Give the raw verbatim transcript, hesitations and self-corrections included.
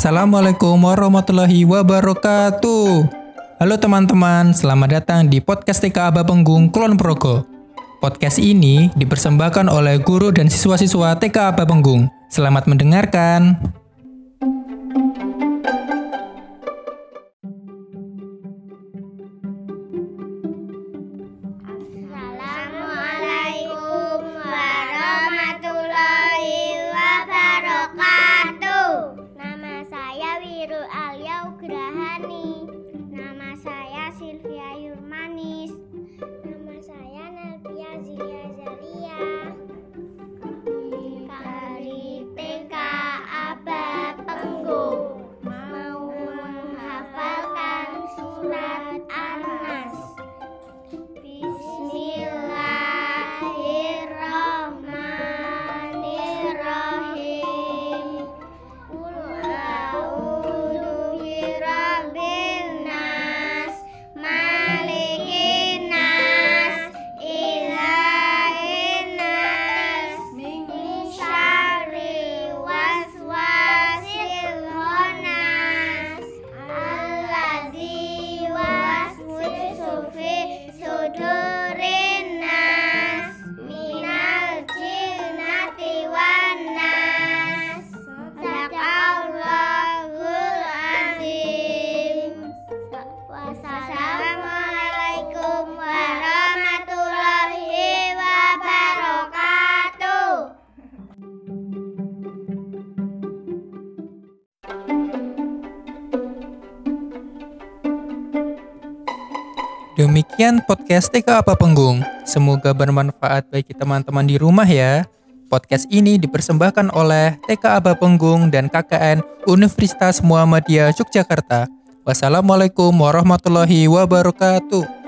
Assalamualaikum warahmatullahi wabarakatuh. Halo teman-teman, selamat datang di podcast T K Aba Penggung Kulon Progo. Podcast ini dipersembahkan oleh guru dan siswa-siswa T K Aba Penggung. Selamat mendengarkan. Assalamualaikum warahmatullahi wabarakatuh. Nama saya Wiru Alia Ugrahani. Nama saya Silvia Yurmanis. Nama saya Nelvia Zilia Zalia. Dari T K Aba Penggung mau menghafalkan surat An-Nas. Bismillahirrahmanirrahim. Qul a'udzu birabbin nas, malikin nas, ilahin nas, min syarri waswasil khannas, alladzi yuwaswisu fi sudurin nas, minal jinnati wan nas. Sadaqallahul azim. Wassalamualaikum warahmatullahi wabarakatuh. Demikian podcast T K Aba Penggung. Semoga bermanfaat bagi teman-teman di rumah ya. Podcast ini dipersembahkan oleh T K Aba Penggung dan K K N Universitas Muhammadiyah Yogyakarta. Wassalamualaikum warahmatullahi wabarakatuh.